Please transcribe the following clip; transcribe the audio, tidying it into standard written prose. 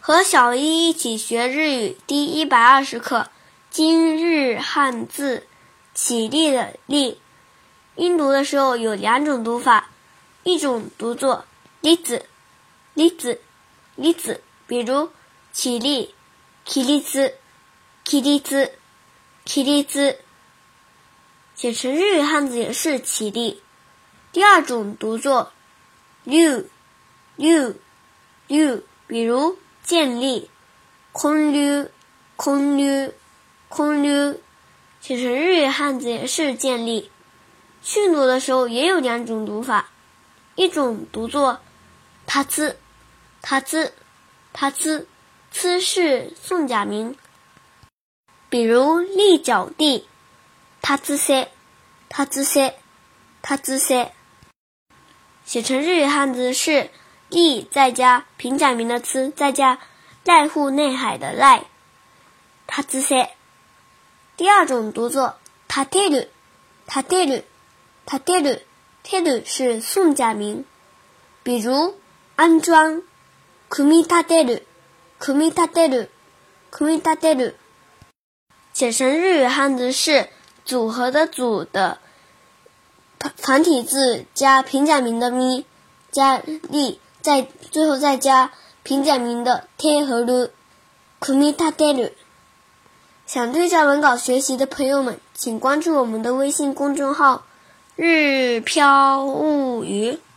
和小一一起学日语第120课，今日汉字起立的立，音读的时候有2种读法，一种读作立子，立子，立子，比如起立、起立子、起立子、起立子，写成日语汉字也是起立。第二种读作立、立、立，比如建立、建立、建立、建立，写成日语汉字也是建立。训读的时候也有2种读法，一种读作他つ、他つ、他つ，つ是宋假名，比如立脚地、たつせ、たつせ、たつせ，写成日语汉字是立再加平假名的つ，再加濑户内海的濑，たつせ。第二种读作立てる、立てる、立てる、てる是宋假名，比如安装、組み立てる、組み立てる、組み立てる，写成日语汉字是组合的组的繁体字加平假名的咪，加立，最后再加平假名的て和る、組み立てる。想对照文稿学习的朋友们，请关注我们的微信公众号日飘物语。